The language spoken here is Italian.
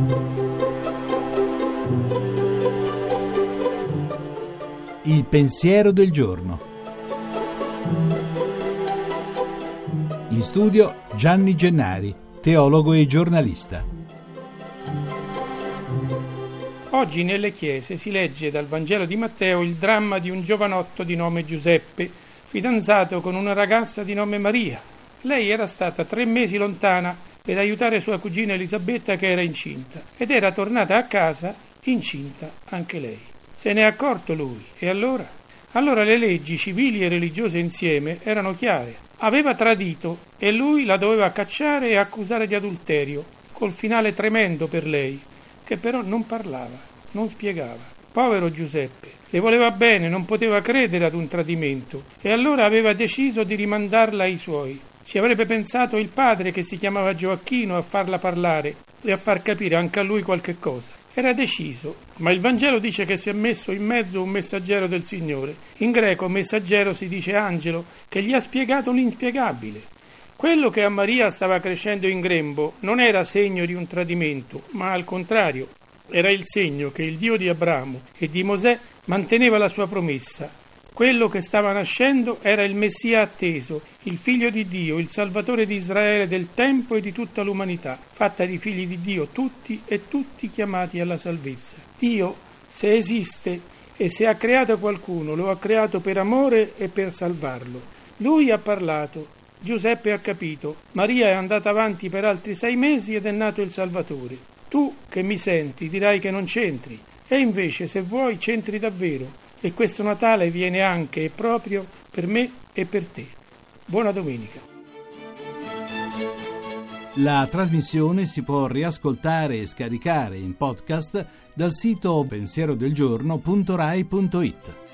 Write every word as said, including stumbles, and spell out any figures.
Il pensiero del giorno. In studio Gianni Gennari, teologo e giornalista. Oggi nelle chiese si legge dal Vangelo di Matteo il dramma di un giovanotto di nome Giuseppe, fidanzato con una ragazza di nome Maria. Lei era stata tre mesi lontana per aiutare sua cugina Elisabetta che era incinta ed era tornata a casa incinta anche lei. Se ne è accorto lui e allora? Allora le leggi civili e religiose insieme erano chiare. Aveva tradito e lui la doveva cacciare e accusare di adulterio, col finale tremendo per lei, che però non parlava, non spiegava. Povero Giuseppe, le voleva bene, non poteva credere ad un tradimento e allora aveva deciso di rimandarla ai suoi. Ci avrebbe pensato il padre, che si chiamava Gioacchino, a farla parlare e a far capire anche a lui qualche cosa. Era deciso, ma il Vangelo dice che si è messo in mezzo un messaggero del Signore. In greco messaggero si dice angelo, che gli ha spiegato l'inspiegabile. Quello che a Maria stava crescendo in grembo non era segno di un tradimento, ma al contrario, era il segno che il Dio di Abramo e di Mosè manteneva la sua promessa. Quello che stava nascendo era il Messia atteso, il Figlio di Dio, il Salvatore di Israele del tempo e di tutta l'umanità, fatta di figli di Dio tutti e tutti chiamati alla salvezza. Dio, se esiste e se ha creato qualcuno, lo ha creato per amore e per salvarlo. Lui ha parlato, Giuseppe ha capito, Maria è andata avanti per altri sei mesi ed è nato il Salvatore. Tu che mi senti dirai che non c'entri, e invece se vuoi c'entri davvero. E questo Natale viene anche e proprio per me e per te. Buona domenica. La trasmissione si può riascoltare e scaricare in podcast dal sito pensierodelgiorno punto rai punto it.